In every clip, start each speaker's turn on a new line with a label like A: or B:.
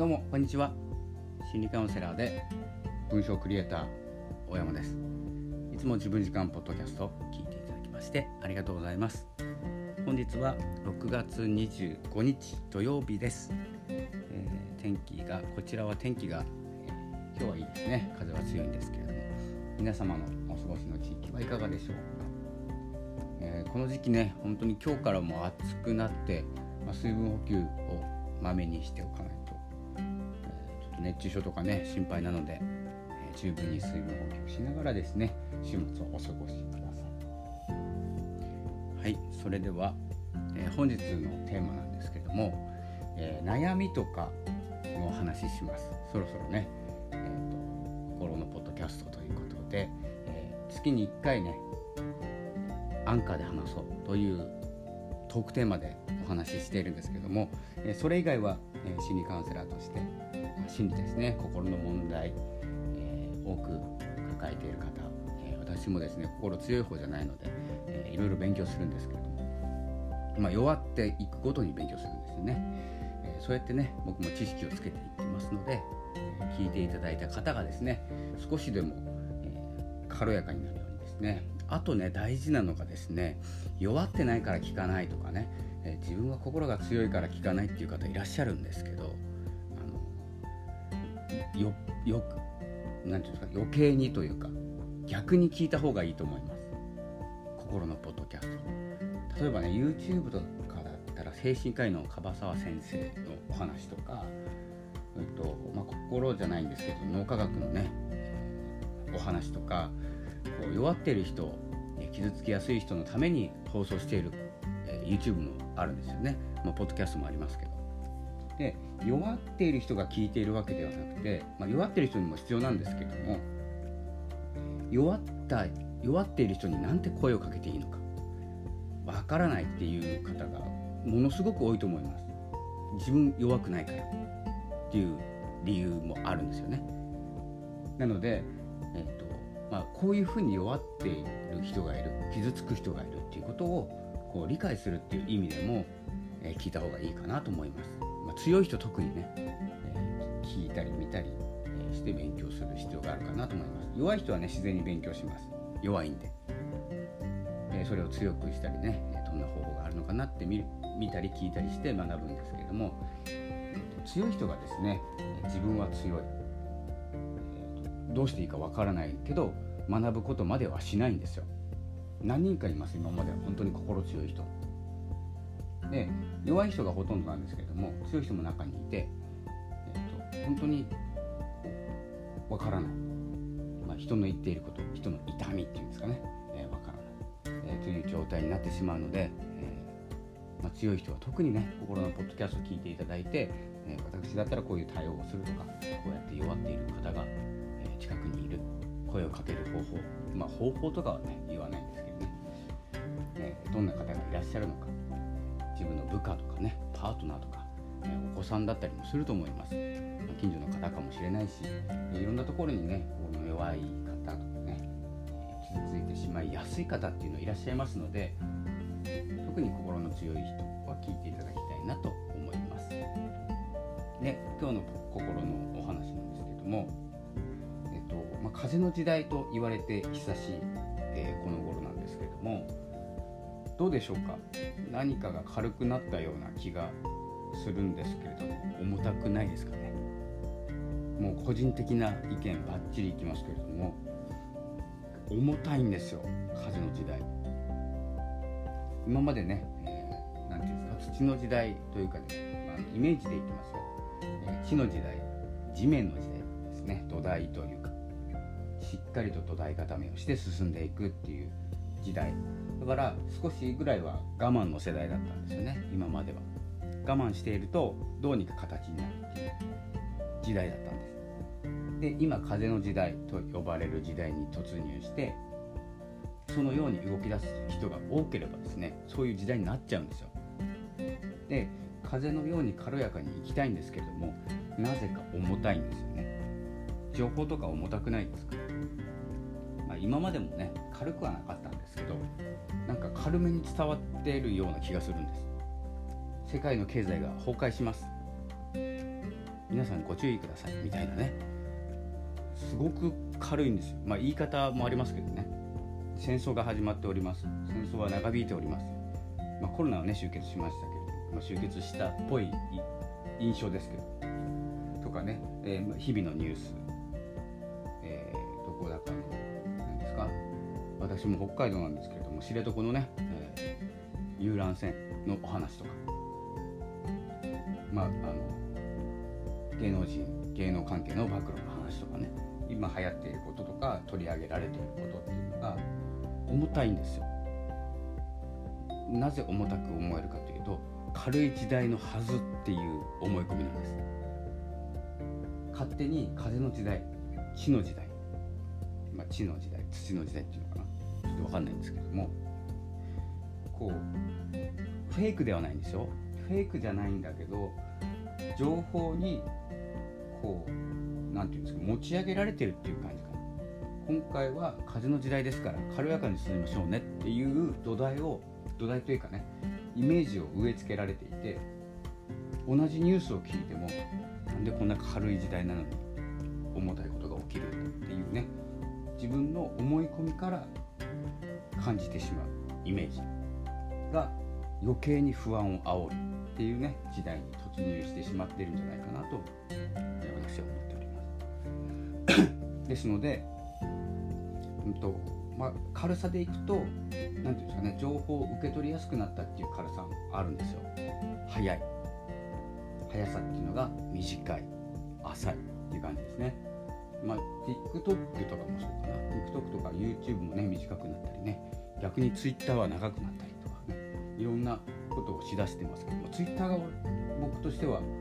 A: どうもこんにちは。心理カウンセラーで文章クリエイター大山です。いつも自分時間ポッドキャストを聞いていただきましてありがとうございます。本日は6月25日土曜日です。こちらは天気が、今日はいいですね。風は強いんですけれども、皆様のお過ごしの地域はいかがでしょうか。この時期ね、本当に今日からも暑くなって、水分補給をまめにしておかないと、ちょっと熱中症とかね心配なので、十分に水分補給しながらですね、週末をお過ごしください。はい、それでは、本日のテーマなんですけれども、悩みとかのお話しします。そろそろね、心のポッドキャストということで、月に1回ねアンカーで話そうというトークテーマでお話ししているんですけども、それ以外は、心理カウンセラーとして心理ですね、心の問題、多く抱えている方、私もですね心強い方じゃないので、いろいろ勉強するんですけれども、弱っていくごとに勉強するんですよね。そうやってね僕も知識をつけていってますので、聞いていただいた方がですね少しでも、軽やかになるようにですね。あとね、大事なのがですね、弱ってないから聞かないとかね、自分は心が強いから聞かないっていう方いらっしゃるんですけど、なんていうんですか、余計にというか逆に聞いた方がいいと思います。心のポッドキャスト、例えばね YouTube とかだったら精神科医の樺沢先生のお話とか、心じゃないんですけど脳科学のね、お話とか、弱っている人、傷つきやすい人のために放送している、YouTube もあるんですよね。ポッドキャストもありますけど、で弱っている人が聞いているわけではなくて、弱っている人にも必要なんですけども、弱っている人になんて声をかけていいのかわからないっていう方がものすごく多いと思います。自分弱くないからっていう理由もあるんですよね。なので、こういうふうに弱っている人がいる、傷つく人がいるっていうことを理解するっていう意味でも、聞いた方がいいかなと思います。強い人特にね、聞いたり見たり、して勉強する必要があるかなと思います。弱い人はね自然に勉強します。弱いんで、それを強くしたりね、どんな方法があるのかなって見たり聞いたりして学ぶんですけれども、強い人がですね、自分は強い、どうしていいかわからないけど学ぶことまではしないんですよ。何人かいます。今までは本当に心強い人で、弱い人がほとんどなんですけれども、強い人も中にいて、本当にわからない、人の言っていること、人の痛みっていうんですかね、わからない、という状態になってしまうので、強い人は特にね心のポッドキャストを聞いていただいて、私だったらこういう対応をするとか、こうやって弱っている方が近くにいる、声をかける方法、方法とかはね言わないんですけどね、どんな方がいらっしゃるのか、自分の部下とかね、パートナーとか、お子さんだったりもすると思います。近所の方かもしれないし、いろんなところにね心の弱い方とかね、傷ついてしまいやすい方っていうのいらっしゃいますので、特に心の強い人は聞いていただきたいなと思います。で、今日の心のお話なんですけども、風の時代と言われて久しい、この頃なんですけれども、どうでしょうか。何かが軽くなったような気がするんですけれども、重たくないですかね。もう個人的な意見ばっちりいきますけれども、重たいんですよ、風の時代。今までね、なんていうんですか、土の時代というかね、イメージで言ってますよ。地の時代、地面の時代ですね。土台というか、しっかりと土台固めをして進んでいくっていう時代だから、少しぐらいは我慢の世代だったんですよね。今までは我慢しているとどうにか形になるっていう時代だったんです。で、今風の時代と呼ばれる時代に突入して、そのように動き出す人が多ければですね、そういう時代になっちゃうんですよ。で、風のように軽やかに生きたいんですけれども、なぜか重たいんですよね。情報とか重たくないですか。今までもね軽くはなかったんですけど、なんか軽めに伝わっているような気がするんです。世界の経済が崩壊します。 皆さんご注意くださいみたいなね、すごく軽いんですよ。言い方もありますけどね、戦争が始まっております、戦争は長引いております、コロナはね終結しましたけど、終結したっぽい印象ですけどとかね、日々のニュース、どこだかの何ですか、私も北海道なんですけれども、知床のね、遊覧船のお話とか、芸能関係の暴露の話とかね、今流行っていることとか取り上げられていることっていうのが重たいんですよ。なぜ重たく思えるかというと、軽い時代のはずっていう思い込みなんです。勝手に風の時代、地の時代、地の時代、土の時代っていうのかな、ちょっと分かんないんですけども、こうフェイクではないんですよ。フェイクじゃないんだけど、情報にこうなんていうんですか、持ち上げられてるっていう感じかな。今回は風の時代ですから軽やかに進みましょうねっていう土台というかね、イメージを植え付けられていて、同じニュースを聞いてもなんでこんな軽い時代なのに重たいことが起きるっていうね、自分の思い込みから感じてしまうイメージが余計に不安を煽るっていうね時代に突入してしまっているんじゃないかなと私は思っておりますですので、軽さでいくとなんていうんですかね、情報を受け取りやすくなったっていう軽さもあるんですよ。速さっていうのが短い、浅いっていう感じですね。TikTok とかもそうかな。TikTok とか YouTube もね短くなったりね、逆に Twitter は長くなったりとかね、いろんなことをしだしてますけども、Twitter が僕としては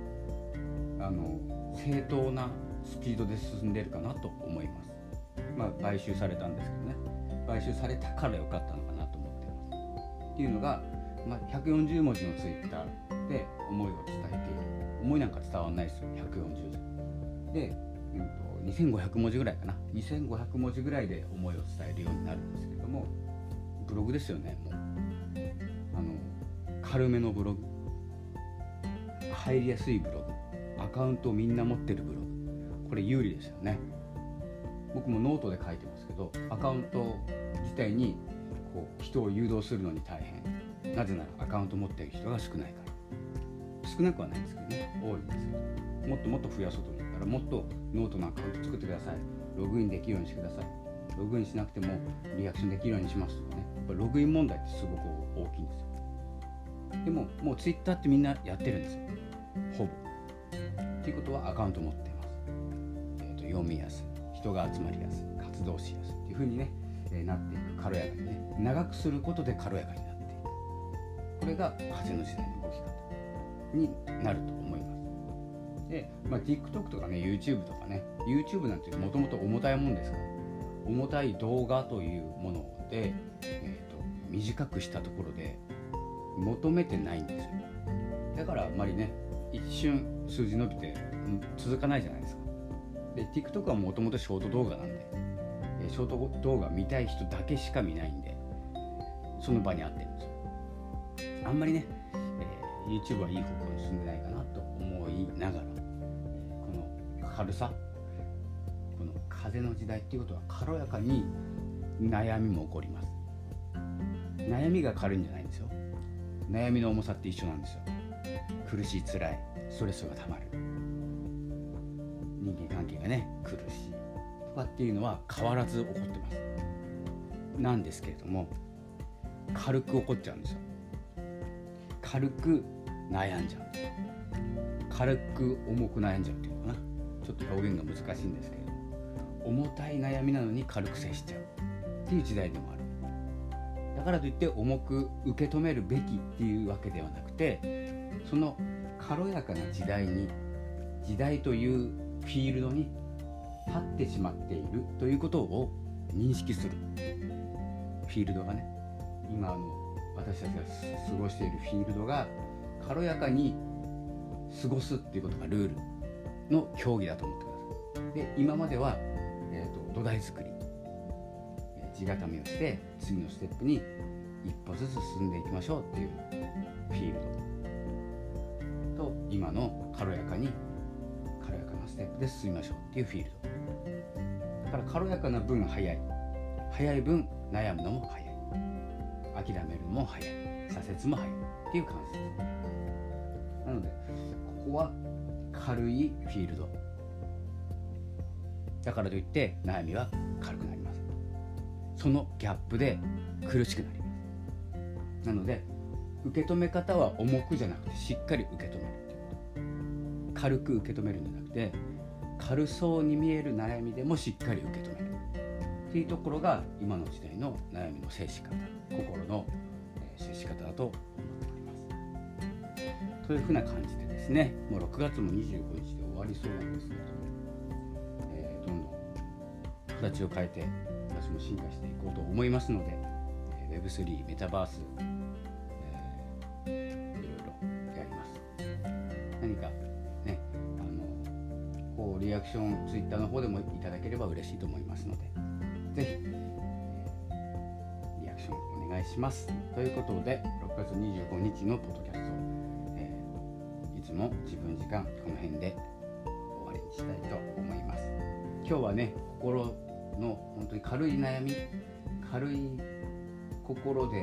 A: 正当なスピードで進んでるかなと思います。買収されたんですけどね、買収されたから良かったのかなと思ってますっていうのが、140文字の Twitter で思いを伝えている。思いなんか伝わらないですよ、140字で、2500文字ぐらいかな、2500文字ぐらいで思いを伝えるようになるんですけども、ブログですよね。もう軽めのブログ、入りやすいブログ、アカウントをみんな持ってるブログ、これ有利ですよね。僕もノートで書いてますけど、アカウント自体にこう人を誘導するのに大変。なぜならアカウント持ってる人が少ないから。少なくはないんですけどね、多いんですけど、もっともっと増やそうと思ったら、もっとノートのアカウント作ってください、ログインできるようにしてください、ログインしなくてもリアクションできるようにしますとかね。やっぱログイン問題ってすごく大きいんですよ。でももうツイッターってみんなやってるんですよ、ほぼ。ということはアカウント持ってます、読みやすい、人が集まりやすい、活動しやすいっていう風にね、なっていく。軽やかにね、長くすることで軽やかになっていく。これが風の時代の動き方になると思います。で、TikTok とかね YouTube とかね、 YouTube なんてもともと重たいもんですから、重たい動画というもので、短くしたところで求めてないんですよ。だからあんまりね、一瞬数字伸びて続かないじゃないですか。で TikTok はもともとショート動画なんで、ショート動画見たい人だけしか見ないんで、その場に合ってるんですよ。あんまりね、YouTube はいい方向に進んでないかなと思いながら、この軽さ、この風の時代っていうことは軽やかに悩みも起こります。悩みが軽いんじゃないんですよ。悩みの重さって一緒なんですよ。苦しい、辛い、ストレスがたまる、人間関係がね苦しいとかっていうのは変わらず起こってます。なんですけれども、軽く起こっちゃうんですよ。軽く悩んじゃうんですよ。軽く重く悩んじゃうっていうのかな、ちょっと表現が難しいんですけれども、重たい悩みなのに軽く接しちゃうっていう時代でもある。だからといって重く受け止めるべきっていうわけではなくて、その軽やかな時代というフィールドに立ってしまっているということを認識する。フィールドがね、今私たちが過ごしているフィールドが軽やかに過ごすっていうことがルールの競技だと思ってください。で、今までは、土台作り、地固めをして次のステップに一歩ずつ進んでいきましょうっていうフィールドと、今の軽やかにステップで進みましょうっていうフィールドだから、軽やかな分早い分悩むのも早い、諦めるのも早い、挫折も早いっていう感じです。なのでここは軽いフィールドだからといって悩みは軽くなりません。そのギャップで苦しくなります。なので受け止め方は重くじゃなくてしっかり受け止めるっていうこと、軽く受け止めるんじゃなくて軽そうに見える悩みでもしっかり受け止めるっていうところが今の時代の悩みの接し方、心の接し方だと思っております。というふうな感じでですね、もう6月も25日で終わりそうなんですけれども、どんどん形を変えて私も進化していこうと思いますので、Web3 メタバース、いろいろやります。何かね、こうリアクションツイッターの方でもいただければ嬉しいと思いますので、ぜひ、リアクションお願いします。ということで6月25日のポッドキャスト、いつも自分時間この辺で終わりにしたいと思います。今日はね、心の本当に軽い悩み、軽い心で、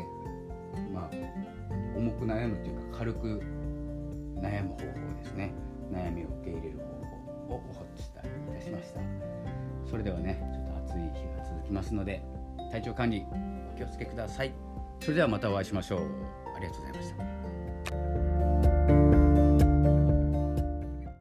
A: 重く悩むというか軽く悩む方法ですね、悩みを受け入れる方法をお伝えいたしました。それではね、ちょっと暑い日が続きますので体調管理お気をつけください。それではまたお会いしましょう。ありがとうございました。